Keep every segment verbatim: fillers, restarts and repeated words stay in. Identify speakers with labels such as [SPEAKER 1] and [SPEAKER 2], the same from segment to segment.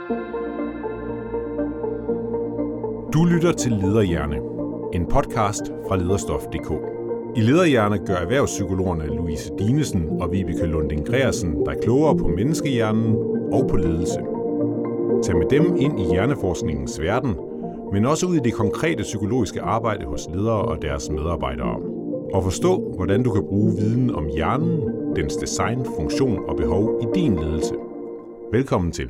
[SPEAKER 1] Du lytter til Lederhjerne, en podcast fra lederstof punktum d k. I Lederhjerne gør erhvervspsykologerne Louise Dinesen og Vibeke Lunding Gregersen dig klogere på menneskehjernen og på ledelse. Tag med dem ind i hjerneforskningens verden, men også ud i det konkrete psykologiske arbejde hos ledere og deres medarbejdere. Og forstå, hvordan du kan bruge viden om hjernen, dens design, funktion og behov i din ledelse. Velkommen til.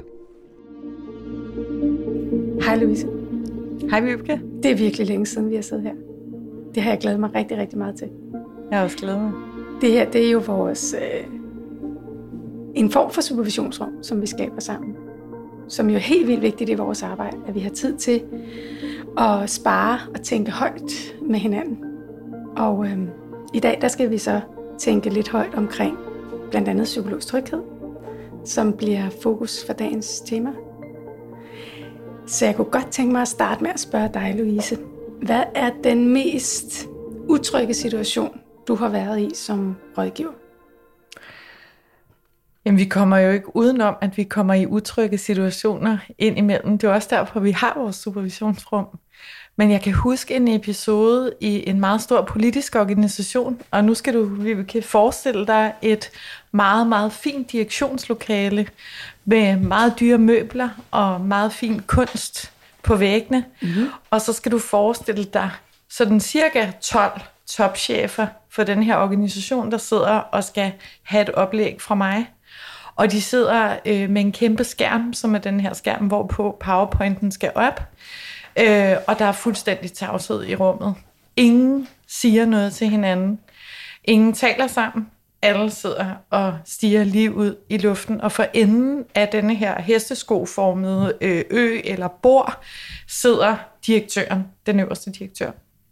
[SPEAKER 2] Hej Louise.
[SPEAKER 3] Hej Vibeke.
[SPEAKER 2] Det er virkelig længe siden, vi har siddet her. Det har jeg glædet mig rigtig, rigtig meget til.
[SPEAKER 3] Jeg har også glædet mig.
[SPEAKER 2] Det her, det er jo vores øh, en form for supervisionsrum, som vi skaber sammen. Som jo er helt vildt vigtigt i vores arbejde, at vi har tid til at spare og tænke højt med hinanden. Og øh, i dag, der skal vi så tænke lidt højt omkring blandt andet psykologisk tryghed, som bliver fokus for dagens tema. Så jeg kunne godt tænke mig at starte med at spørge dig, Louise. Hvad er den mest utrygge situation, du har været i som rådgiver?
[SPEAKER 3] Jamen, vi kommer jo ikke udenom, at vi kommer i utrygge situationer ind imellem. Det er også derfor, vi har vores supervisionsrum. Men jeg kan huske en episode i en meget stor politisk organisation, og nu skal du, vi kan forestille dig et meget, meget fint direktionslokale med meget dyre møbler og meget fin kunst på væggene. Mm-hmm. Og så skal du forestille dig sådan cirka tolv topchefer for den her organisation, der sidder og skal have et oplæg fra mig. Og de sidder øh, med en kæmpe skærm, som er den her skærm, hvorpå PowerPointen skal op. Øh, og der er fuldstændig tavshed i rummet. Ingen siger noget til hinanden. Ingen taler sammen. Alle sidder og stiger lige ud i luften. Og for enden af denne her hesteskoformede øh, ø eller bord sidder direktøren, den øverste direktør.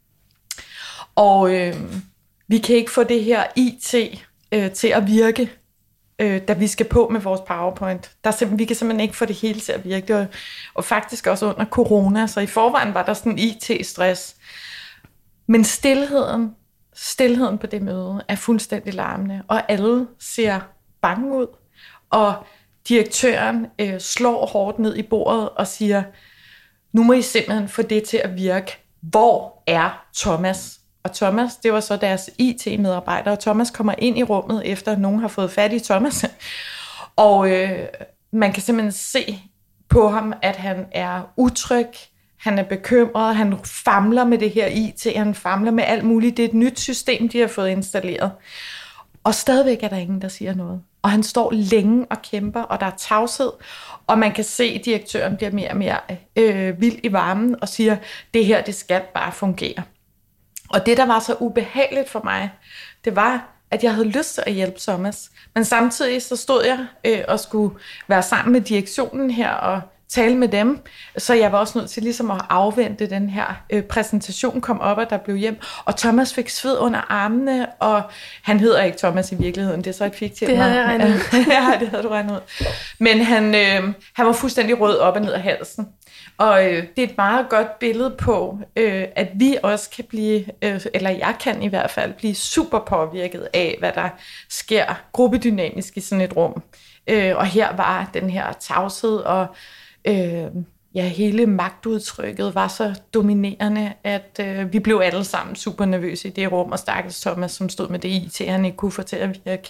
[SPEAKER 3] Og øh, vi kan ikke få det her I T øh, til at virke, øh, da vi skal på med vores PowerPoint. Der er simpelthen, vi kan simpelthen ikke få det hele til at virke. Og, og faktisk også under corona, så i forvejen var der sådan en I T-stress. Men stilheden, stilheden på det møde er fuldstændig larmende, og alle ser bange ud. Og direktøren øh, slår hårdt ned i bordet og siger, nu må I simpelthen få det til at virke. Hvor er Thomas? Og Thomas, det var så deres I T-medarbejder, og Thomas kommer ind i rummet, efter at nogen har fået fat i Thomas. Og øh, man kan simpelthen se på ham, at han er utryg, han er bekymret, han famler med det her I T, han famler med alt muligt. Det er et nyt system, de har fået installeret. Og stadigvæk er der ingen, der siger noget. Og han står længe og kæmper, og der er tavshed, og man kan se, at direktøren bliver mere og mere øh, vild i varmen og siger, det her, det skal bare fungere. Og det, der var så ubehageligt for mig, det var, at jeg havde lyst til at hjælpe Thomas. Men samtidig så stod jeg øh, og skulle være sammen med direktionen her og tale med dem. Så jeg var også nødt til ligesom at afvente den her øh, præsentation, kom op, og der blev hjem. Og Thomas fik sved under armene, og han hedder ikke Thomas i virkeligheden. Det er så et fiktivt.
[SPEAKER 2] Det havde jeg regnet ud.
[SPEAKER 3] Ja, det havde du regnet ud. Men han, øh, han var fuldstændig rød op og ned af halsen. Og øh, det er et meget godt billede på, øh, at vi også kan blive, øh, eller jeg kan i hvert fald, blive super påvirket af, hvad der sker gruppedynamisk i sådan et rum. Øh, og her var den her tavshed, og øh, ja, hele magtudtrykket var så dominerende, at øh, vi blev alle sammen super nervøse i det rum, og stakkels Thomas, som stod med det I T, han ikke kunne få til at virke.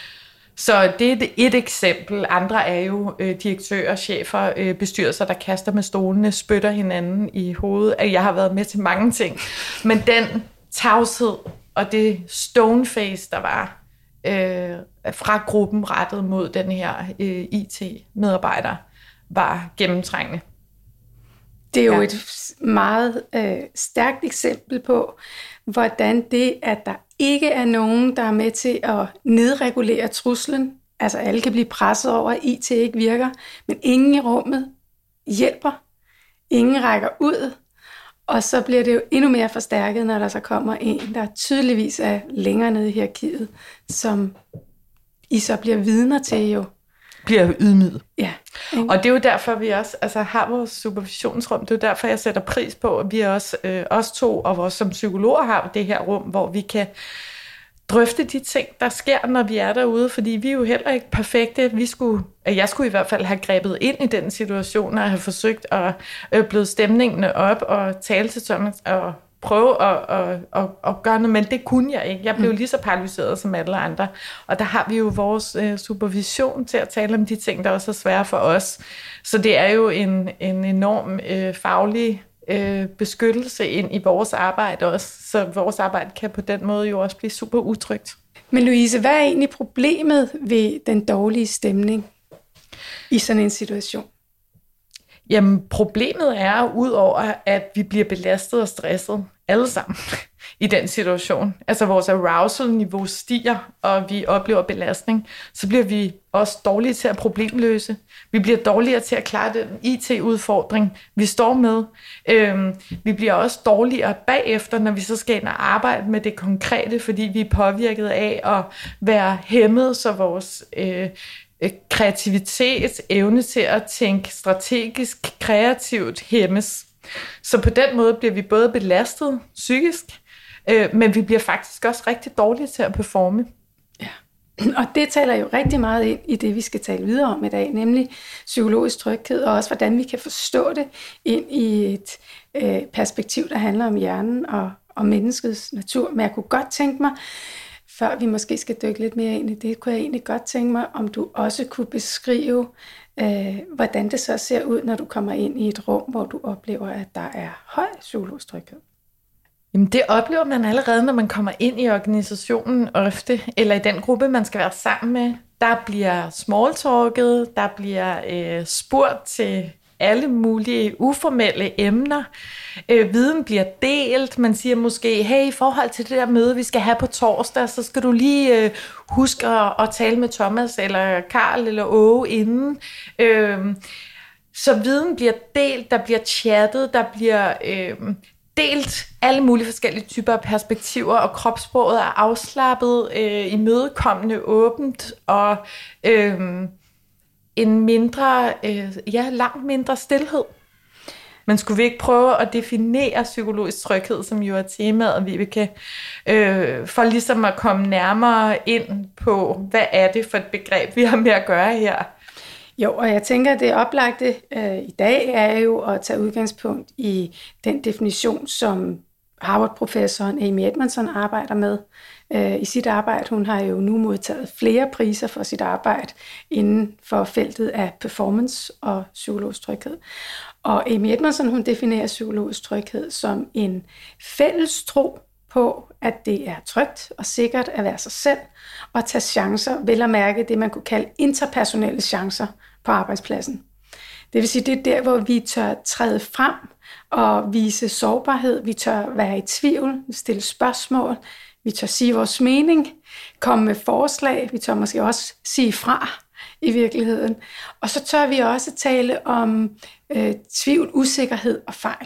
[SPEAKER 3] Så det er et eksempel. Andre er jo øh, direktører, chefer, øh, bestyrelser, der kaster med stolene, spytter hinanden i hovedet. Jeg har været med til mange ting. Men den tavshed og det stoneface, der var øh, fra gruppen rettet mod den her øh, I T-medarbejder, var gennemtrængende.
[SPEAKER 2] Det er jo ja. et meget øh, stærkt eksempel på, hvordan det, at der ikke er nogen, der er med til at nedregulere truslen, altså alle kan blive presset over, at I T ikke virker, men ingen i rummet hjælper, ingen rækker ud, og så bliver det jo endnu mere forstærket, når der så kommer en, der tydeligvis er længere nede i hierarkiet, som I så bliver vidner til jo.
[SPEAKER 3] Bliver ydmyget.
[SPEAKER 2] Ja.
[SPEAKER 3] Og det er jo derfor, vi også altså, har vores supervisionsrum. Det er jo derfor, jeg sætter pris på, at vi også, øh, os to og vores som psykologer har det her rum, hvor vi kan drøfte de ting, der sker, når vi er derude, fordi vi er jo heller ikke perfekte. Vi skulle, jeg skulle i hvert fald have grebet ind i den situation, og have forsøgt at øh, bløde stemningen op og tale til Thomas og prøve at, at, at, at gøre noget, men det kunne jeg ikke. Jeg blev lige så paralyseret som alle andre. Og der har vi jo vores øh, supervision til at tale om de ting, der også er svære for os. Så det er jo en, en enorm øh, faglig øh, beskyttelse ind i vores arbejde også. Så vores arbejde kan på den måde jo også blive super utrygt.
[SPEAKER 2] Men Louise, hvad er egentlig problemet ved den dårlige stemning i sådan en situation?
[SPEAKER 3] Jamen, problemet er, udover at vi bliver belastet og stresset alle sammen i den situation, altså vores arousal-niveau stiger, og vi oplever belastning, så bliver vi også dårlige til at problemløse. Vi bliver dårligere til at klare den I T-udfordring, vi står med. Øhm, vi bliver også dårligere bagefter, når vi så skal ind og arbejde med det konkrete, fordi vi er påvirket af at være hæmmet, så vores øh, kreativitet, evne til at tænke strategisk, kreativt hæmmes. Så på den måde bliver vi både belastet psykisk, øh, men vi bliver faktisk også rigtig dårlige til at performe.
[SPEAKER 2] Ja. Og det taler jo rigtig meget ind i det, vi skal tale videre om i dag, nemlig psykologisk tryghed, og også hvordan vi kan forstå det ind i et øh, perspektiv, der handler om hjernen og, og menneskets natur. Men jeg kunne godt tænke mig, før vi måske skal dykke lidt mere ind i det, kunne jeg egentlig godt tænke mig, om du også kunne beskrive, øh, hvordan det så ser ud, når du kommer ind i et rum, hvor du oplever, at der er høj psykologisk tryghed.
[SPEAKER 3] Jamen det oplever man allerede, når man kommer ind i organisationen ofte, eller i den gruppe, man skal være sammen med. Der bliver smalltalket, der bliver øh, spurgt til alle mulige uformelle emner. Øh, viden bliver delt. Man siger måske, hey, i forhold til det der møde, vi skal have på torsdag, så skal du lige øh, huske at, at tale med Thomas, eller Karl, eller Åge inden. Øh, så viden bliver delt, der bliver chattet, der bliver øh, delt alle mulige forskellige typer af perspektiver, og kropssproget er afslappet, øh, imødekommende, åbent, og øh, en mindre, øh, ja, langt mindre stilhed. Men skulle vi ikke prøve at definere psykologisk tryghed, som jo er temaet, Vibeke, øh, for ligesom at komme nærmere ind på, hvad er det for et begreb, vi har med at gøre her?
[SPEAKER 2] Jo, og jeg tænker, at det oplagte øh, i dag er jo at tage udgangspunkt i den definition, som Harvard-professoren Amy Edmondson arbejder med øh, i sit arbejde. Hun har jo nu modtaget flere priser for sit arbejde inden for feltet af performance og psykologisk tryghed. Og Amy Edmondson, hun definerer psykologisk tryghed som en fælles tro på, at det er trygt og sikkert at være sig selv og tage chancer, vel at mærke det, man kunne kalde interpersonelle chancer på arbejdspladsen. Det vil sige, det er der, hvor vi tør træde frem og vise sårbarhed, vi tør være i tvivl, stille spørgsmål, vi tør sige vores mening, komme med forslag, vi tør måske også sige fra i virkeligheden. Og så tør vi også tale om øh, tvivl, usikkerhed og fejl.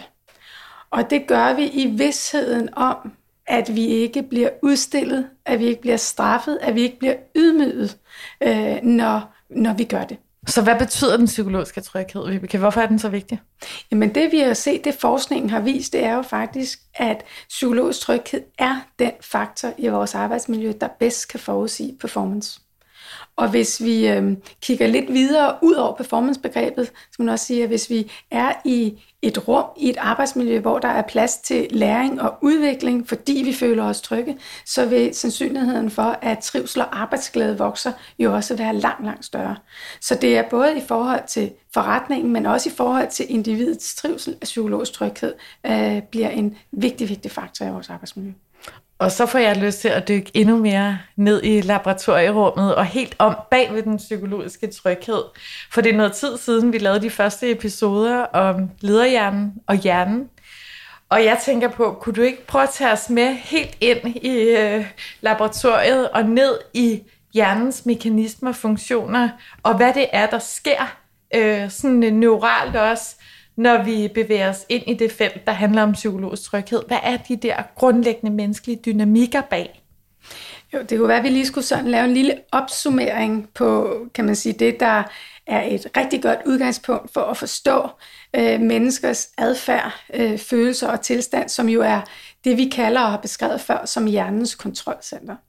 [SPEAKER 2] Og det gør vi i vidsheden om, at vi ikke bliver udstillet, at vi ikke bliver straffet, at vi ikke bliver ydmyget, øh, når, når vi gør det.
[SPEAKER 3] Så hvad betyder den psykologiske tryghed, Vibeke? Hvorfor er den så vigtig?
[SPEAKER 2] Jamen det vi har set, det forskningen har vist, det er jo faktisk, at psykologisk tryghed er den faktor i vores arbejdsmiljø, der bedst kan forudsige performance. Og hvis vi øh, kigger lidt videre ud over performancebegrebet, så kan man også sige, at hvis vi er i et rum, i et arbejdsmiljø, hvor der er plads til læring og udvikling, fordi vi føler os trygge, så vil sandsynligheden for, at trivsel og arbejdsglæde vokser, jo også være langt, langt større. Så det er både i forhold til forretningen, men også i forhold til individets trivsel, at psykologisk tryghed øh, bliver en vigtig, vigtig faktor i vores arbejdsmiljø.
[SPEAKER 3] Og så får jeg lyst til at dykke endnu mere ned i laboratorierummet og helt om bag ved den psykologiske tryghed. For det er noget tid siden, vi lavede de første episoder om lederhjernen og hjernen. Og jeg tænker på, kunne du ikke prøve at tage os med helt ind i øh, laboratoriet og ned i hjernens mekanismer og funktioner, og hvad det er, der sker øh, sådan neuralt også, når vi bevæger os ind i det felt, der handler om psykologisk tryghed? Hvad er de der grundlæggende menneskelige dynamikker bag?
[SPEAKER 2] Jo, det kunne være, at vi lige skulle sådan lave en lille opsummering på, kan man sige, det, der er et rigtig godt udgangspunkt for at forstå øh, menneskers adfærd, øh, følelser og tilstand, som jo er det, vi kalder og har beskrevet før som hjernens kontrolcenter.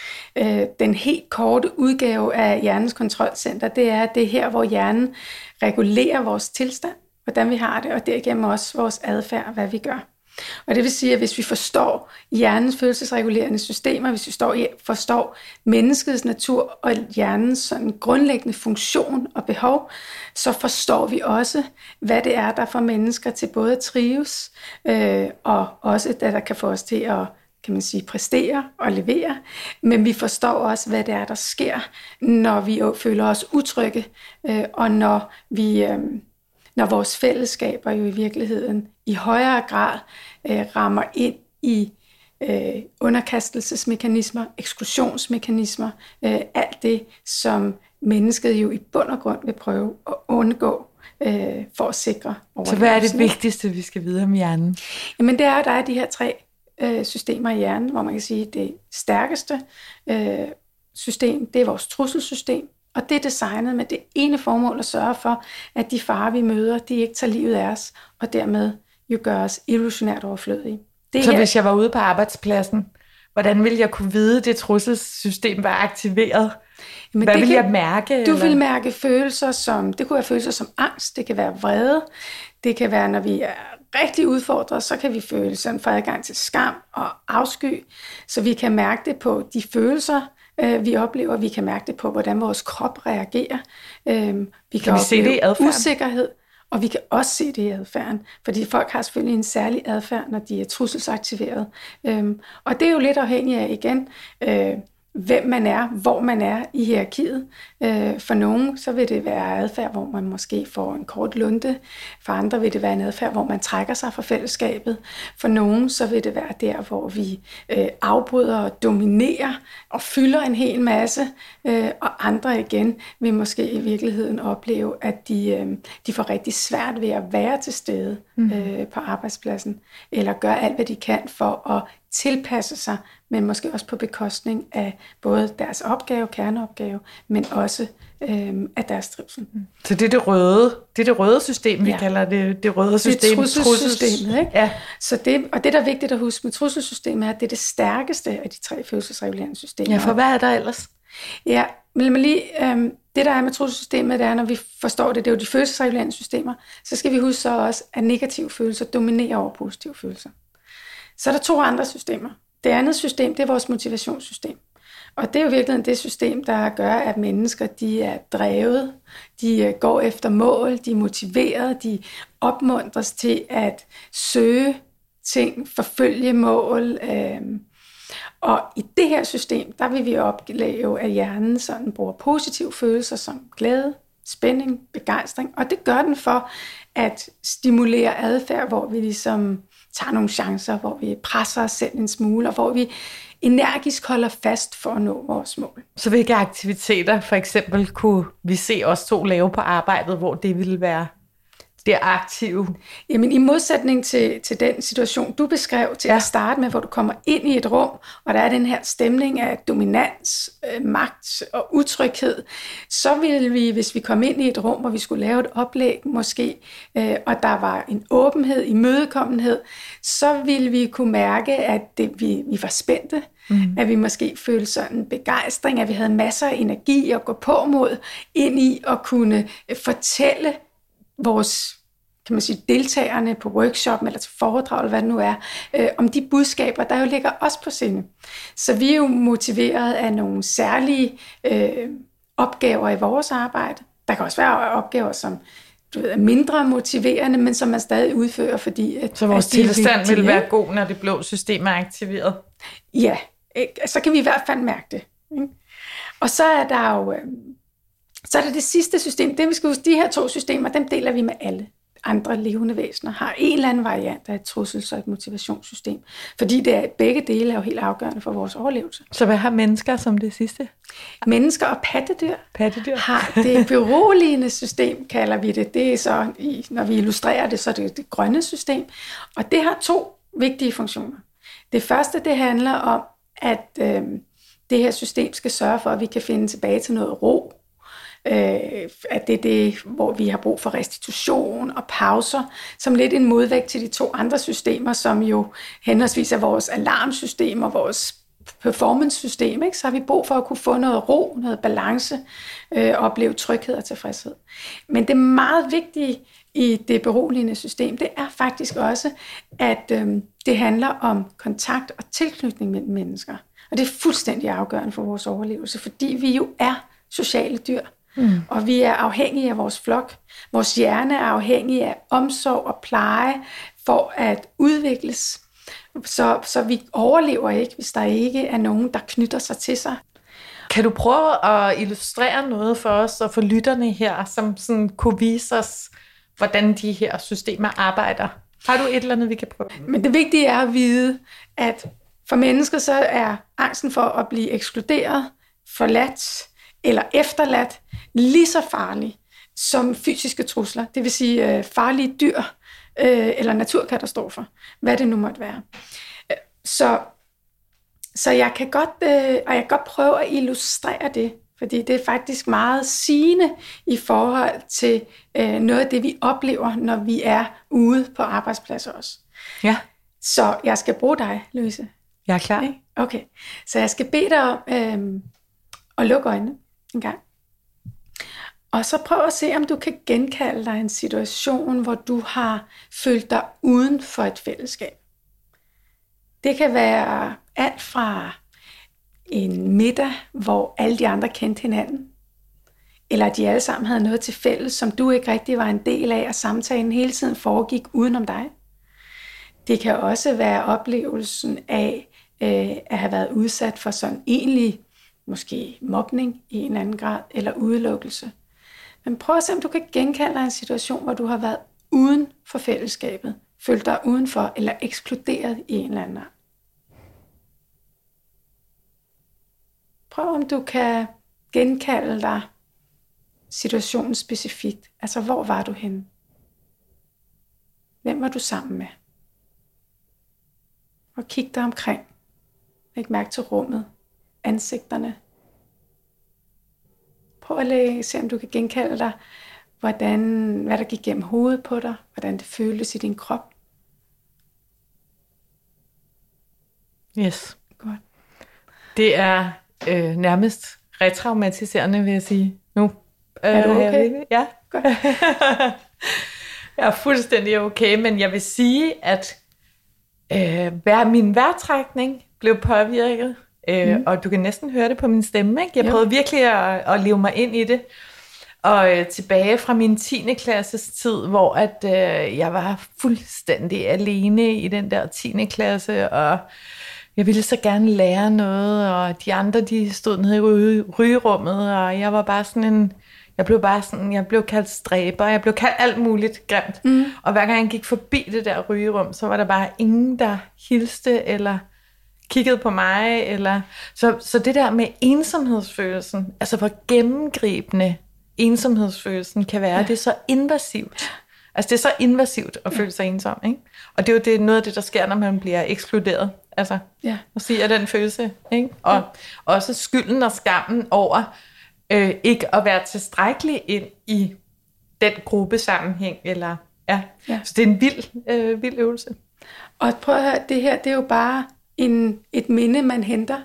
[SPEAKER 2] Øh, den helt korte udgave af hjernens kontrolcenter, det er det her, hvor hjernen regulerer vores tilstand, hvordan vi har det, og derigennem også vores adfærd, hvad vi gør. Og det vil sige, at hvis vi forstår hjernens følelsesregulerende systemer, hvis vi forstår, forstår menneskets natur og hjernens sådan grundlæggende funktion og behov, så forstår vi også, hvad det er, der får mennesker til både at trives, øh, og også det, der kan få os til at, kan man sige, præstere og levere. Men vi forstår også, hvad det er, der sker, når vi føler os utrygge, øh, og når vi... Øh, når vores fællesskaber jo i virkeligheden i højere grad øh, rammer ind i øh, underkastelsesmekanismer, eksklusionsmekanismer, øh, alt det, som mennesket jo i bund og grund vil prøve at undgå øh, for at sikre overlevelsen.
[SPEAKER 3] Så hvad er det vigtigste, vi skal vide om hjernen?
[SPEAKER 2] Jamen det er, at der er de her tre øh, systemer i hjernen, hvor man kan sige, at det stærkeste øh, system, det er vores trusselsystem. Og det er designet med det ene formål at sørge for, at de farer, vi møder, de ikke tager livet af os, og dermed jo gør os illusionært overflødige. Det
[SPEAKER 3] så
[SPEAKER 2] her...
[SPEAKER 3] hvis jeg var ude på arbejdspladsen, hvordan ville jeg kunne vide, at det trusselsystem var aktiveret? Jamen, hvad ville kan... jeg mærke?
[SPEAKER 2] Du
[SPEAKER 3] eller?
[SPEAKER 2] vil mærke følelser som, det kunne være følelser som angst, det kan være vrede, det kan være, når vi er rigtig udfordret, så kan vi føle sådan for adgang til skam og afsky, så vi kan mærke det på de følelser, vi oplever, vi kan mærke det på, hvordan vores krop reagerer. Vi kan,
[SPEAKER 3] kan vi se det i adfærden?
[SPEAKER 2] Usikkerhed, og vi kan også se det i adfærden, fordi folk har selvfølgelig en særlig adfærd, når de er trusselsaktiveret. Og det er jo lidt afhængigt af, igen, hvem man er, hvor man er i hierarkiet. For nogen, så vil det være adfærd, hvor man måske får en kort lunte. For andre vil det være en adfærd, hvor man trækker sig fra fællesskabet. For nogen, så vil det være der, hvor vi afbryder og dominerer og fylder en hel masse. Og andre igen vil måske i virkeligheden opleve, at de, de får rigtig svært ved at være til stede mm. på arbejdspladsen. Eller gøre alt, hvad de kan for at tilpasse sig, men måske også på bekostning af både deres opgave, kerneopgave, men også øhm, af deres trivsel.
[SPEAKER 3] Så det er det røde, det er det røde system, vi
[SPEAKER 2] ja.
[SPEAKER 3] kalder det, det røde system.
[SPEAKER 2] Det er trusselssystemet, ikke?
[SPEAKER 3] Ja.
[SPEAKER 2] Så det, og det, der er vigtigt at huske med trusselssystemet, er, at det er det stærkeste af de tre følelsesregulerende systemer.
[SPEAKER 3] Ja, for hvad er der ellers?
[SPEAKER 2] Ja, men lige, øhm, det der er med trusselssystemet, det er, når vi forstår det, det er jo de følelsesregulerende systemer, så skal vi huske så også, at negative følelser dominerer over positive følelser. Så er der to andre systemer. Det andet system, det er vores motivationssystem. Og det er jo virkelig det system, der gør, at mennesker de er drevet, de går efter mål, de er motiveret, de opmuntres til at søge ting, forfølge mål. Og i det her system, der vil vi opleve, at hjernen sådan bruger positive følelser som glæde, spænding, begejstring. Og det gør den for at stimulere adfærd, hvor vi ligesom tager nogle chancer, hvor vi presser os selv en smule, og hvor vi energisk holder fast for at nå vores mål.
[SPEAKER 3] Så hvilke aktiviteter for eksempel kunne vi se os to lave på arbejdet, hvor det ville være det aktive?
[SPEAKER 2] Jamen i modsætning til, til den situation, du beskrev til ja. at starte med, hvor du kommer ind i et rum, og der er den her stemning af dominans, øh, magt og utryghed, så ville vi, hvis vi kom ind i et rum, hvor vi skulle lave et oplæg måske, øh, og der var en åbenhed, imødekommenhed, så ville vi kunne mærke, at det, vi, vi var spændte, mm. at vi måske følte sådan begejstring, at vi havde masser af energi at gå på mod, ind i at kunne fortælle vores, kan man sige, deltagerne på workshoppen eller til foredrag, eller hvad det nu er, øh, om de budskaber, der jo ligger os på sinde. Så vi er jo motiveret af nogle særlige øh, opgaver i vores arbejde. Der kan også være opgaver, som du ved, er mindre motiverende, men som man stadig udfører, fordi at,
[SPEAKER 3] så vores
[SPEAKER 2] at
[SPEAKER 3] tilstand vil være god, når det blå system er aktiveret?
[SPEAKER 2] Ja, ikke? Så kan vi i hvert fald mærke det. Ikke? Og så er der jo... Øh, Så er det det sidste system. Det vi skal huske, de her to systemer, dem deler vi med alle andre levende væsener. Har en eller anden variant af et trussels- og et motivationssystem. Fordi det er, begge dele er jo helt afgørende for vores overlevelse.
[SPEAKER 3] Så hvad har mennesker som det sidste?
[SPEAKER 2] Mennesker og pattedyr,
[SPEAKER 3] pattedyr.
[SPEAKER 2] har det beroligende system, kalder vi det. Det er så, når vi illustrerer det, så er det det grønne system. Og det har to vigtige funktioner. Det første, det handler om, at øh, det her system skal sørge for, at vi kan finde tilbage til noget ro. Øh, at det er det, hvor vi har brug for restitution og pauser, som lidt en modvægt til de to andre systemer, som jo henholdsvis er vores alarmsystem og vores performance-system, ikke? Så har vi brug for at kunne få noget ro, noget balance, øh, og opleve tryghed og tilfredshed. Men det meget vigtige i det beroligende system, det er faktisk også, at øh, det handler om kontakt og tilknytning mellem mennesker. Og det er fuldstændig afgørende for vores overlevelse, fordi vi jo er sociale dyr. Mm. Og vi er afhængige af vores flok. Vores hjerne er afhængig af omsorg og pleje for at udvikles. Så, så vi overlever ikke, hvis der ikke er nogen, der knytter sig til sig.
[SPEAKER 3] Kan du prøve at illustrere noget for os og for lytterne her, som sådan kunne vise os, hvordan de her systemer arbejder? Har du et eller andet, vi kan prøve?
[SPEAKER 2] Men det vigtige er at vide, at for mennesker så er angsten for at blive ekskluderet, forladt eller efterladt lige så farlig som fysiske trusler. Det vil sige øh, farlige dyr øh, eller naturkatastrofer, hvad det nu måtte være. Så, så jeg kan godt, øh, og jeg kan godt prøve at illustrere det, fordi det er faktisk meget sigende i forhold til øh, noget af det, vi oplever, når vi er ude på arbejdspladser også.
[SPEAKER 3] Ja.
[SPEAKER 2] Så jeg skal bruge dig, Louise.
[SPEAKER 3] Jeg er klar.
[SPEAKER 2] Okay, okay. Så jeg skal bede dig om øh, at lukke øjnene en gang. Og så prøv at se, om du kan genkalde dig en situation, hvor du har følt dig uden for et fællesskab. Det kan være alt fra en middag, hvor alle de andre kendte hinanden, eller at de alle sammen havde noget til fælles, som du ikke rigtig var en del af, og samtalen hele tiden foregik udenom dig. Det kan også være oplevelsen af øh, at have været udsat for sådan egentlig, måske mobning i en anden grad, eller udelukkelse. Men prøv at se, om du kan genkalde en situation, hvor du har været uden for fællesskabet, følt dig udenfor eller ekskluderet i en eller anden art. Prøv om du kan genkalde dig situationen specifikt. Altså, hvor var du henne? Hvem var du sammen med? Og kig dig omkring. Læg mærke til rummet, ansigterne. Prøv at lægge, se om du kan genkalde dig, hvordan, hvad der gik gennem hovedet på dig, hvordan det føltes i din krop.
[SPEAKER 3] Yes.
[SPEAKER 2] Godt.
[SPEAKER 3] Det er øh, nærmest retraumatiserende, vil jeg sige nu.
[SPEAKER 2] Er du okay?
[SPEAKER 3] Øh, ja.
[SPEAKER 2] Godt.
[SPEAKER 3] Jeg er fuldstændig okay, men jeg vil sige, at øh, min vejrtrækning blev påvirket, øh, mm. og du kan næsten høre det på min stemme, ikke? Jeg prøvede jo. virkelig at, at leve mig ind i det. Og øh, tilbage fra min tiende klasses tid, hvor at, øh, jeg var fuldstændig alene i den der tiende klasse, og jeg ville så gerne lære noget, og de andre, de stod nede i ryge, rygerummet, og jeg var bare sådan en, jeg blev bare sådan, jeg blev kaldt stræber, jeg blev kaldt alt muligt grimt. Mm. Og hver gang jeg gik forbi det der rygerum, så var der bare ingen, der hilste, eller kiggede på mig, eller så, så det der med ensomhedsfølelsen, altså hvor gennemgribende ensomhedsfølelsen kan være, ja. Det er så invasivt. Altså det er så invasivt at føle sig ensom, ikke? Og det er jo det, noget af det, der sker, når man bliver ekskluderet. Altså, ja. At sige den følelse, ikke? Og ja. Også skylden og skammen over øh, ikke at være tilstrækkelig ind i den gruppesammenhæng, eller ja. ja. Så det er en vild, øh, vild øvelse.
[SPEAKER 2] Og prøv at høre, det her, det er jo bare en, et minde, man henter.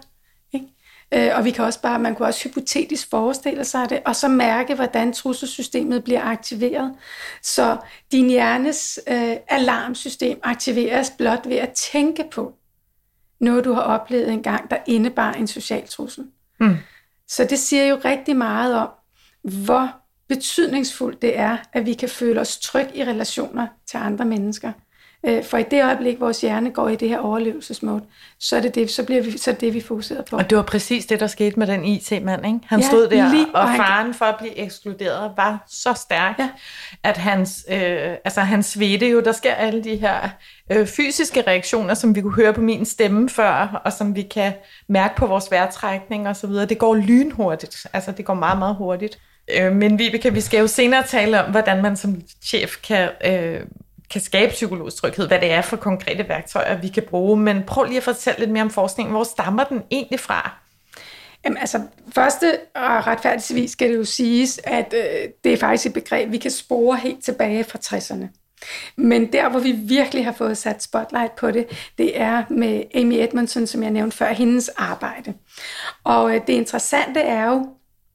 [SPEAKER 2] Øh, og vi kan også bare, man kunne også hypotetisk forestille sig det, og så mærke, hvordan trusselsystemet bliver aktiveret. Så din hjernes øh, alarmsystem aktiveres blot ved at tænke på noget, du har oplevet engang, der indebar en social trussel. Mm. Så det siger jo rigtig meget om, hvor betydningsfuldt det er, at vi kan føle os tryg i relationer til andre mennesker. For i det øjeblik, vores hjerne går i det her overlevelsesmode, så er det det, så bliver vi, så er det, vi fokuserer på.
[SPEAKER 3] Og det var præcis det, der skete med den I T-mand, ikke? Han ja, stod der, og faren for at blive ekskluderet var så stærk, ja. At hans, øh, altså han svedte jo, der sker alle de her øh, fysiske reaktioner, som vi kunne høre på min stemme før, og som vi kan mærke på vores vejrtrækning og så videre. Det går lynhurtigt, altså det går meget, meget hurtigt. Øh, men Vibeke, vi skal jo senere tale om, hvordan man som chef kan... Øh, kan skabe psykologisk tryghed, hvad det er for konkrete værktøjer, vi kan bruge. Men prøv lige at fortælle lidt mere om forskningen. Hvor stammer den egentlig fra?
[SPEAKER 2] Jamen altså, første og retfærdigvis skal det jo siges, at øh, det er faktisk et begreb, vi kan spore helt tilbage fra tresserne. Men der, hvor vi virkelig har fået sat spotlight på det, det er med Amy Edmondson, som jeg nævnte før, hendes arbejde. Og det interessante er jo,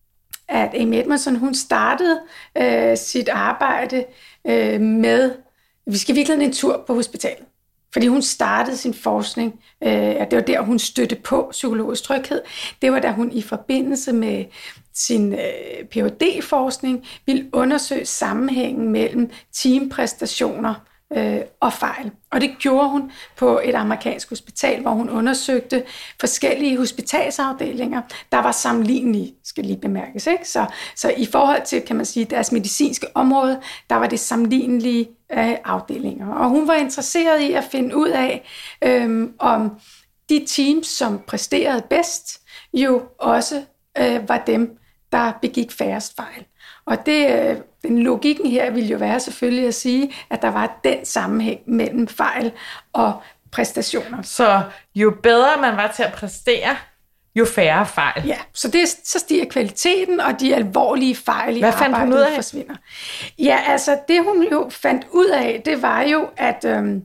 [SPEAKER 2] at Amy Edmondson, hun startede øh, sit arbejde øh, med, vi skal virkelig en tur på hospitalet. Fordi hun startede sin forskning, øh, det var der, hun stødte på psykologisk tryghed. Det var da hun i forbindelse med sin øh, P H D-forskning ville undersøge sammenhængen mellem teampræstationer øh, og fejl. Og det gjorde hun på et amerikansk hospital, hvor hun undersøgte forskellige hospitalsafdelinger, der var sammenlignelige, skal lige bemærkes. Ikke? Så, så i forhold til, kan man sige, deres medicinske område, der var det sammenlignelige øh, afdelinger. Og hun var interesseret i at finde ud af, øh, om de teams, som præsterede bedst, jo også øh, var dem, der begik færrest fejl. Og det, den logikken her ville jo være selvfølgelig at sige, at der var den sammenhæng mellem fejl og præstationer.
[SPEAKER 3] Så jo bedre man var til at præstere, jo færre fejl.
[SPEAKER 2] Ja, så, det, så stiger kvaliteten, og de alvorlige fejl i
[SPEAKER 3] Hvad fandt
[SPEAKER 2] arbejdet
[SPEAKER 3] hun ud af?
[SPEAKER 2] forsvinder. Ja, altså det hun jo fandt ud af, det var jo, at øhm,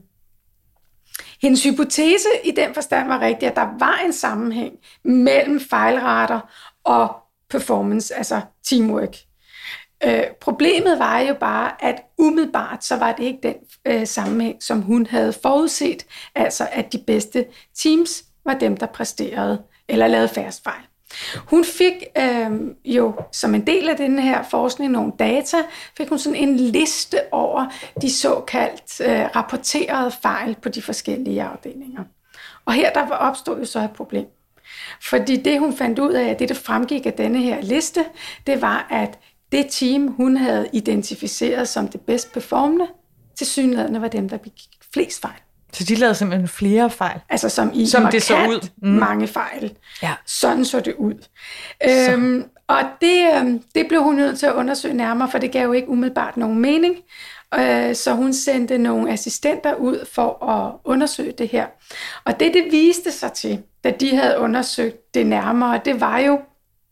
[SPEAKER 2] hendes hypotese i den forstand var rigtig, at der var en sammenhæng mellem fejlrater og performance, altså teamwork. Øh, problemet var jo bare, at umiddelbart så var det ikke den øh, sammenhæng, som hun havde forudset, altså at de bedste teams var dem, der præsterede eller lavede færrest fejl. Hun fik øh, jo som en del af den her forskning nogle data, fik hun sådan en liste over de såkaldt øh, rapporterede fejl på de forskellige afdelinger. Og her der opstod jo så et problem. Fordi det, hun fandt ud af, det der fremgik af denne her liste, det var, at det team, hun havde identificeret som det bedst performende, tilsyneladende var dem, der begik flest fejl.
[SPEAKER 3] Så de lavede simpelthen flere fejl?
[SPEAKER 2] Altså som i
[SPEAKER 3] som
[SPEAKER 2] markant
[SPEAKER 3] det så ud. Mm.
[SPEAKER 2] mange fejl.
[SPEAKER 3] Ja.
[SPEAKER 2] Sådan så det ud. Øhm, og det, øhm, det blev hun nødt til at undersøge nærmere, for det gav jo ikke umiddelbart nogen mening. Øh, så hun sendte nogle assistenter ud for at undersøge det her. Og det, det viste sig til, da de havde undersøgt det nærmere, det var jo,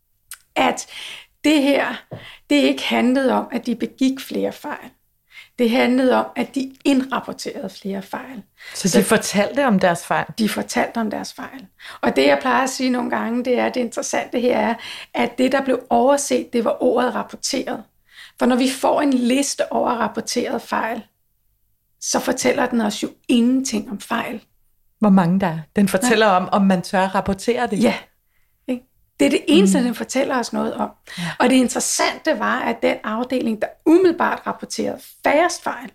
[SPEAKER 2] at det her, det ikke handlede om, at de begik flere fejl. Det handlede om, at de indrapporterede flere fejl.
[SPEAKER 3] Så de så fortalte om deres fejl?
[SPEAKER 2] De fortalte om deres fejl. Og det, jeg plejer at sige nogle gange, det er, at det interessante her er, at det, der blev overset, det var ordet rapporteret. For når vi får en liste over rapporterede fejl, så fortæller den os jo ingenting om fejl.
[SPEAKER 3] Hvor mange der er? Den fortæller ja. om, om man tør rapportere det?
[SPEAKER 2] Ja. Det er det eneste, mm. den fortæller os noget om. Ja. Og det interessante var, at den afdeling, der umiddelbart rapporterede færrest fejl,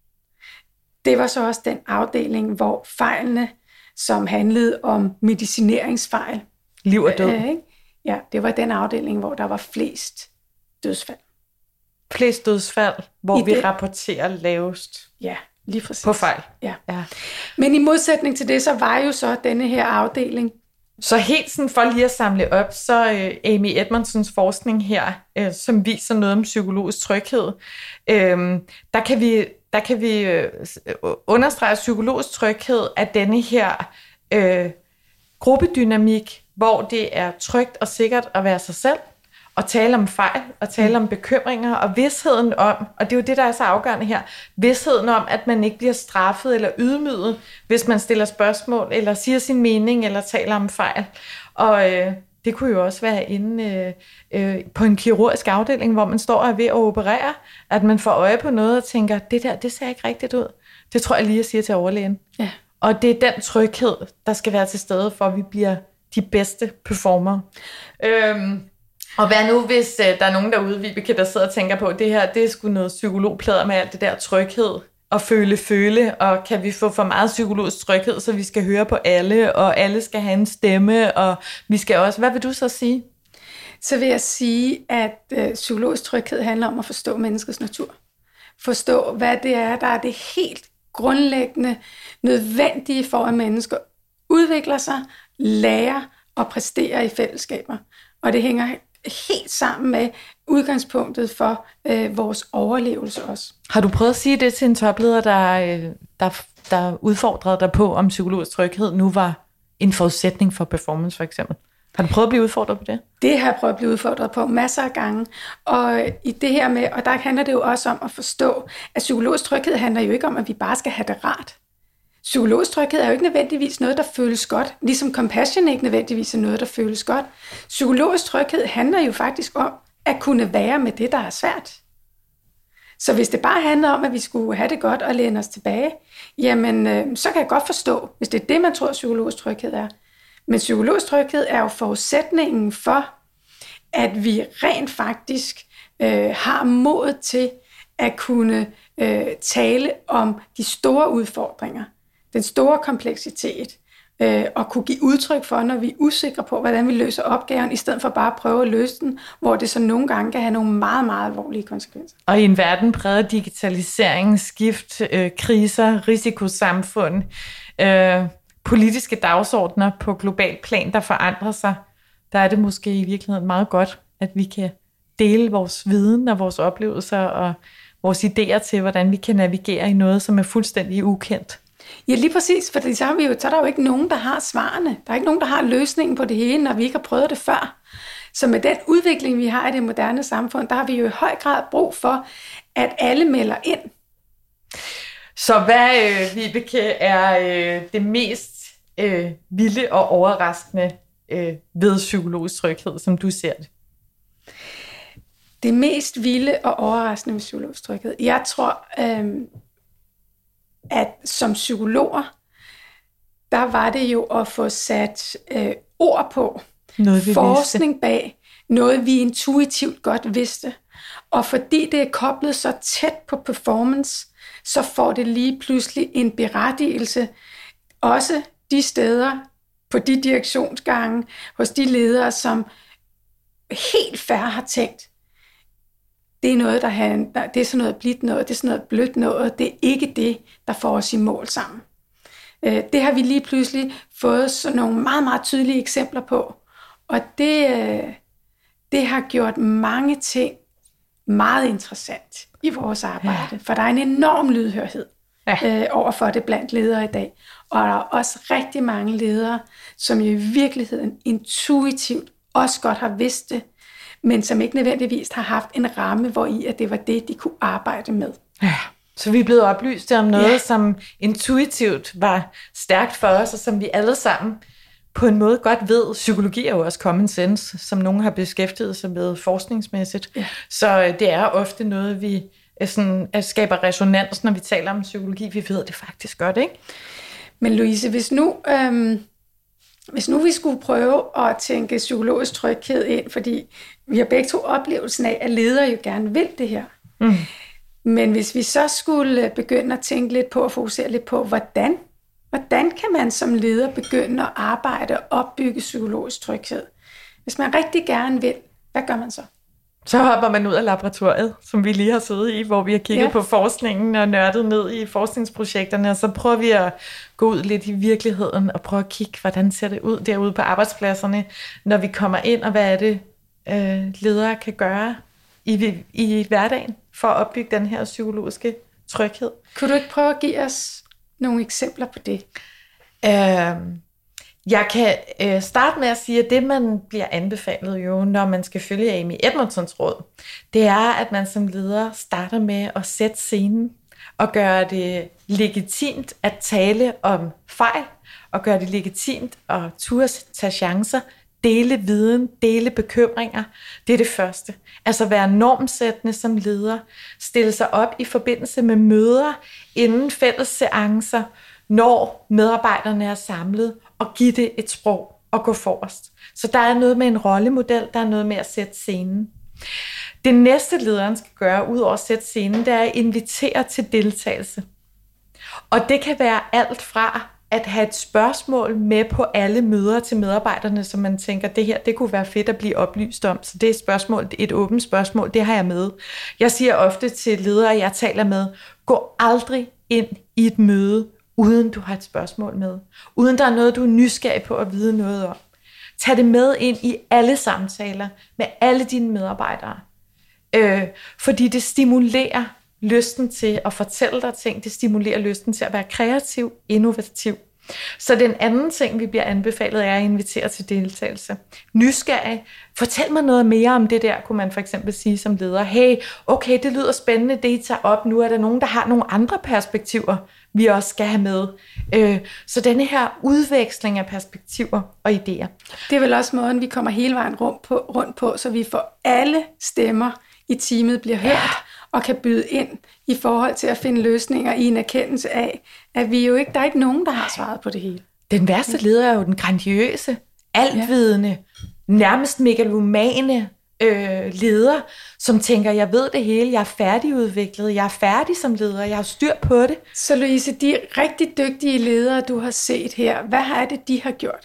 [SPEAKER 2] det var så også den afdeling, hvor fejlene, som handlede om medicineringsfejl,
[SPEAKER 3] liv og død.
[SPEAKER 2] Øh, ja, det var den afdeling, hvor der var flest dødsfald.
[SPEAKER 3] Flest dødsfald, hvor
[SPEAKER 2] I
[SPEAKER 3] vi
[SPEAKER 2] det,
[SPEAKER 3] rapporterer lavest.
[SPEAKER 2] Ja, lige præcis.
[SPEAKER 3] På fejl.
[SPEAKER 2] Ja.
[SPEAKER 3] ja.
[SPEAKER 2] Men i modsætning til det, så var jo så denne her afdeling.
[SPEAKER 3] Så helt sådan for lige at samle op, så uh, Amy Edmondsons forskning her, uh, som viser noget om psykologisk tryghed, uh, der kan vi, der kan vi uh, understrege psykologisk tryghed af denne her uh, gruppedynamik, hvor det er trygt og sikkert at være sig selv, og tale om fejl, og tale om bekymringer, og vidsheden om, og det er jo det, der er så afgørende her, vidsheden om, at man ikke bliver straffet eller ydmyget, hvis man stiller spørgsmål, eller siger sin mening, eller taler om fejl. Og øh, det kunne jo også være inde øh, øh, på en kirurgisk afdeling, hvor man står og er ved at operere, at man får øje på noget og tænker, det der, det ser ikke rigtigt ud. Det tror jeg lige, jeg siger til overlægen. Ja. Og det er den tryghed, der skal være til stede, for at vi bliver de bedste performere. Øhm, Og hvad nu, hvis øh, der er nogen derude, Vibeke, der sidder og tænker på, det her, det er sgu noget psykologplader med alt det der tryghed og føle-føle, og kan vi få for meget psykologisk tryghed, så vi skal høre på alle, og alle skal have en stemme, og vi skal også... Hvad vil du så sige?
[SPEAKER 2] Så vil jeg sige, at øh, psykologisk tryghed handler om at forstå menneskets natur. Forstå, hvad det er, der er det helt grundlæggende nødvendige for, at mennesker udvikler sig, lærer og præsterer i fællesskaber. Og det hænger helt sammen med udgangspunktet for øh, vores overlevelse også.
[SPEAKER 3] Har du prøvet at sige det til en topleder, der, der, der udfordrede dig på, om psykologisk tryghed nu var en forudsætning for performance for eksempel? Har du prøvet at blive udfordret på det?
[SPEAKER 2] Det har jeg prøvet at blive udfordret på masser af gange. Og i det her med, og der handler det jo også om at forstå, at psykologisk tryghed handler jo ikke om, at vi bare skal have det rart. Psykologisk tryghed er jo ikke nødvendigvis noget, der føles godt, ligesom compassion ikke nødvendigvis er noget, der føles godt. Psykologisk tryghed handler jo faktisk om at kunne være med det, der er svært. Så hvis det bare handler om, at vi skulle have det godt og læne os tilbage, jamen øh, så kan jeg godt forstå, hvis det er det, man tror, psykologisk tryghed er. Men psykologisk tryghed er jo forudsætningen for, at vi rent faktisk øh, har mod til at kunne øh, tale om de store udfordringer, den store kompleksitet, øh, og kunne give udtryk for, når vi er usikre på, hvordan vi løser opgaven, i stedet for bare at prøve at løse den, hvor det så nogle gange kan have nogle meget, meget alvorlige konsekvenser.
[SPEAKER 3] Og i en verden præget af digitalisering, skift, øh, kriser, risikosamfund, øh, politiske dagsordner på global plan, der forandrer sig, der er det måske i virkeligheden meget godt, at vi kan dele vores viden og vores oplevelser og vores idéer til, hvordan vi kan navigere i noget, som er fuldstændig ukendt.
[SPEAKER 2] Ja, lige præcis, for så, har vi jo, så er der jo ikke nogen, der har svarene. Der er ikke nogen, der har løsningen på det hele, når vi ikke har prøvet det før. Så med den udvikling, vi har i det moderne samfund, der har vi jo i høj grad brug for, at alle melder ind.
[SPEAKER 3] Så hvad, øh, Vibeke, er øh, det mest øh, vilde og overraskende øh, ved psykologisk tryghed, som du ser det?
[SPEAKER 2] Det mest vilde og overraskende ved psykologisk tryghed? Jeg tror, øh, at som psykologer, der var det jo at få sat øh, ord på,
[SPEAKER 3] noget, vi
[SPEAKER 2] forskning
[SPEAKER 3] vidste.
[SPEAKER 2] bag, noget vi intuitivt godt vidste. Og fordi det er koblet så tæt på performance, så får det lige pludselig en berettigelse, også de steder, på de direktionsgange, hos de ledere, som helt fair har tænkt, det er noget, der handler, det er sådan noget blidt noget, det er sådan noget blødt noget, det er ikke det, der får os i mål sammen. Det har vi lige pludselig fået sådan nogle meget, meget tydelige eksempler på, og det, det har gjort mange ting meget interessant i vores arbejde, ja. For der er en enorm lydhørhed ja. øh, overfor det blandt ledere i dag, og der er også rigtig mange ledere, som jo i virkeligheden intuitivt også godt har vidst det, men som ikke nødvendigvis har haft en ramme, hvor i at det var det, de kunne arbejde med.
[SPEAKER 3] Ja. Så vi er blevet oplyst om noget,
[SPEAKER 2] ja.
[SPEAKER 3] som intuitivt var stærkt for os, og som vi alle sammen på en måde godt ved. Psykologi er jo også common sense, som nogen har beskæftiget sig med forskningsmæssigt. Ja. Så det er ofte noget, vi sådan, skaber resonans, når vi taler om psykologi. Vi ved det faktisk godt, ikke?
[SPEAKER 2] Men Louise, hvis nu, øhm, hvis nu vi skulle prøve at tænke psykologisk tryghed ind, fordi vi har begge to oplevelsen af, at ledere jo gerne vil det her. Mm. Men hvis vi så skulle begynde at tænke lidt på og fokusere lidt på, hvordan, hvordan kan man som leder begynde at arbejde og opbygge psykologisk tryghed? Hvis man rigtig gerne vil, hvad gør man så?
[SPEAKER 3] Så hopper man ud af laboratoriet, som vi lige har siddet i, hvor vi har kigget ja. på forskningen og nørdet ned i forskningsprojekterne, og så prøver vi at gå ud lidt i virkeligheden og prøve at kigge, hvordan ser det ud derude på arbejdspladserne, når vi kommer ind, og hvad er det, øh, ledere kan gøre i, i hverdagen for at opbygge den her psykologiske tryghed.
[SPEAKER 2] Kunne du ikke prøve at give os nogle eksempler på det?
[SPEAKER 3] Øh, Jeg kan øh, starte med at sige, at det, man bliver anbefalet jo, når man skal følge Amy Edmondsons råd, det er, at man som leder starter med at sætte scenen og gøre det legitimt at tale om fejl, og gøre det legitimt at turde tage chancer, dele viden, dele bekymringer. Det er det første. Altså være normsættende som leder, stille sig op i forbindelse med møder, inden fælles seancer, når medarbejderne er samlet, og give det et sprog og gå forrest. Så der er noget med en rollemodel, der er noget med at sætte scenen. Det næste lederen skal gøre, ud over at sætte scenen, det er at invitere til deltagelse. Og det kan være alt fra at have et spørgsmål med på alle møder til medarbejderne, som man tænker, det her, det kunne være fedt at blive oplyst om. Så det er et spørgsmål, et åbent spørgsmål, det har jeg med. Jeg siger ofte til ledere, jeg taler med, gå aldrig ind i et møde, uden du har et spørgsmål med. Uden der er noget, du er nysgerrig på at vide noget om. Tag det med ind i alle samtaler med alle dine medarbejdere. Øh, fordi det stimulerer lysten til at fortælle dig ting. Det stimulerer lysten til at være kreativ, innovativ. Så den anden ting, vi bliver anbefalet, er at invitere til deltagelse. Nysgerrig. Fortæl mig noget mere om det der, kunne man for eksempel sige som leder. Hey, okay, det lyder spændende, det I tager op. Nu er der nogen, der har nogle andre perspektiver, vi også skal have med. Øh, så denne her udveksling af perspektiver og idéer.
[SPEAKER 2] Det er vel også måden, vi kommer hele vejen rundt på, rundt på så vi får alle stemmer i teamet bliver hørt, ja. Og kan byde ind i forhold til at finde løsninger i en erkendelse af, at vi jo ikke, der er ikke nogen, der har svaret på det hele.
[SPEAKER 3] Den værste leder er jo den grandiøse, altvidende, nærmest megalomane øh, leder, som tænker, jeg ved det hele, jeg er færdigudviklet, jeg er færdig som leder, jeg har styr på det.
[SPEAKER 2] Så Louise, de rigtig dygtige ledere, du har set her, hvad er det, de har gjort?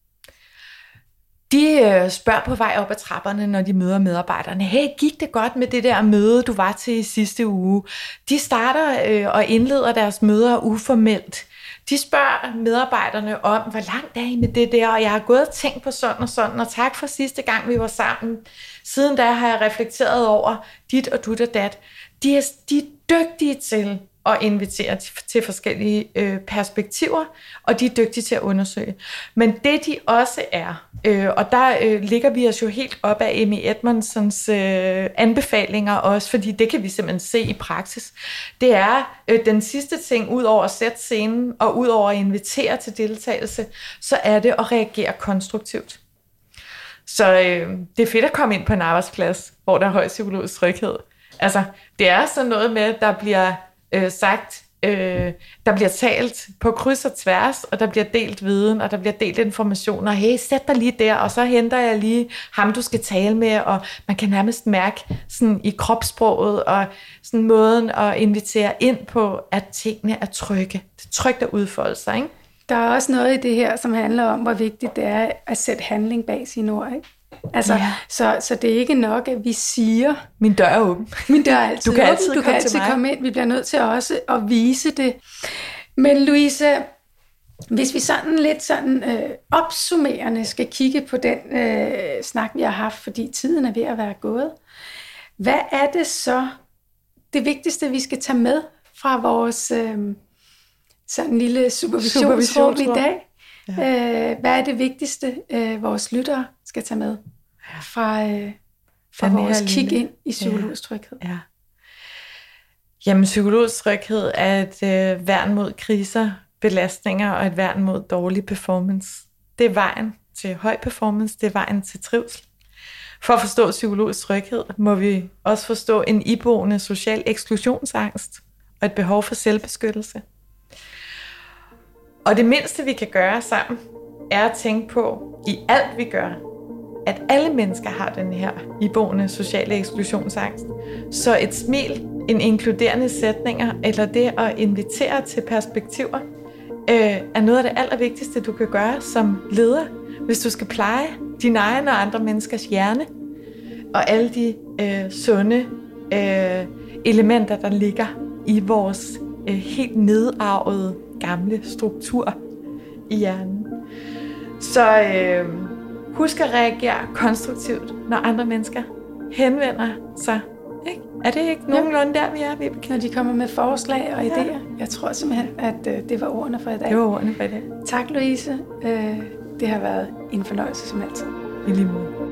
[SPEAKER 3] De øh, spørger på vej op ad trapperne, når de møder medarbejderne. Hey, gik det godt med det der møde, du var til i sidste uge? De starter øh, og indleder deres møder uformelt. De spørger medarbejderne om, hvor langt er I med det der, og jeg har gået og tænkt på sådan og sådan, og tak for sidste gang, vi var sammen. Siden da har jeg reflekteret over dit og dut og dat. De er, de er dygtige til at invitere til, til forskellige øh, perspektiver, og de er dygtige til at undersøge. Men det de også er, øh, og der øh, ligger vi os jo helt op af Amy Edmondsons øh, anbefalinger også, fordi det kan vi simpelthen se i praksis, det er øh, den sidste ting, ud over at sætte scenen, og ud over at invitere til deltagelse, så er det at reagere konstruktivt. Så øh, det er fedt at komme ind på en arbejdsplads, hvor der er høj psykologisk tryghed. Altså, det er sådan noget med, at der bliver Øh, sagt, øh, der bliver talt på kryds og tværs, og der bliver delt viden, og der bliver delt informationer. Hey, sæt dig lige der, og så henter jeg lige ham, du skal tale med, og man kan nærmest mærke sådan i kropssproget, og sådan måden at invitere ind på, at tingene er trygge. Det er trygt at udfolde sig, ikke?
[SPEAKER 2] Der er også noget i det her, som handler om, hvor vigtigt det er at sætte handling bag sine ord, ikke? Altså, ja. så, så det er ikke nok, at vi siger...
[SPEAKER 3] Min dør er åben.
[SPEAKER 2] Min dør er altid
[SPEAKER 3] du kan
[SPEAKER 2] åben.
[SPEAKER 3] altid,
[SPEAKER 2] du kan
[SPEAKER 3] komme,
[SPEAKER 2] altid komme ind. Vi bliver nødt til også at vise det. Men Louise, hvis vi sådan lidt sådan øh, opsummerende skal kigge på den øh, snak, vi har haft, fordi tiden er ved at være gået. Hvad er det så, det vigtigste, vi skal tage med fra vores øh, sådan lille supervisionsrum i dag? Ja. Øh, hvad er det vigtigste, øh, vores lyttere skal tage med fra, øh, fra vores kig ind i psykologisk tryghed?
[SPEAKER 3] Ja. Ja. Jamen, psykologisk tryghed er et øh, værn mod kriser, belastninger og et værn mod dårlig performance. Det er vejen til høj performance, det er vejen til trivsel. For at forstå psykologisk tryghed, må vi også forstå en iboende social eksklusionsangst og et behov for selvbeskyttelse. Og det mindste, vi kan gøre sammen, er at tænke på, i alt vi gør, at alle mennesker har den her iboende sociale eksklusionsangst. Så et smil, en inkluderende sætninger, eller det at invitere til perspektiver, øh, er noget af det allervigtigste, du kan gøre som leder, hvis du skal pleje din egen og andre menneskers hjerne, og alle de øh, sunde øh, elementer, der ligger i vores øh, helt nedarvede gamle struktur i hjernen. Så øh, husk at reagere konstruktivt, når andre mennesker henvender sig. Ikke? Er det ikke nogenlunde der, vi er, Vibeke?
[SPEAKER 2] Når de kommer med forslag og idéer. Ja. Jeg tror simpelthen, at øh, det var ordene for i dag.
[SPEAKER 3] Det var ordene for i dag.
[SPEAKER 2] Tak, Louise. Øh, det har været en fornøjelse som altid.
[SPEAKER 3] I lige måde.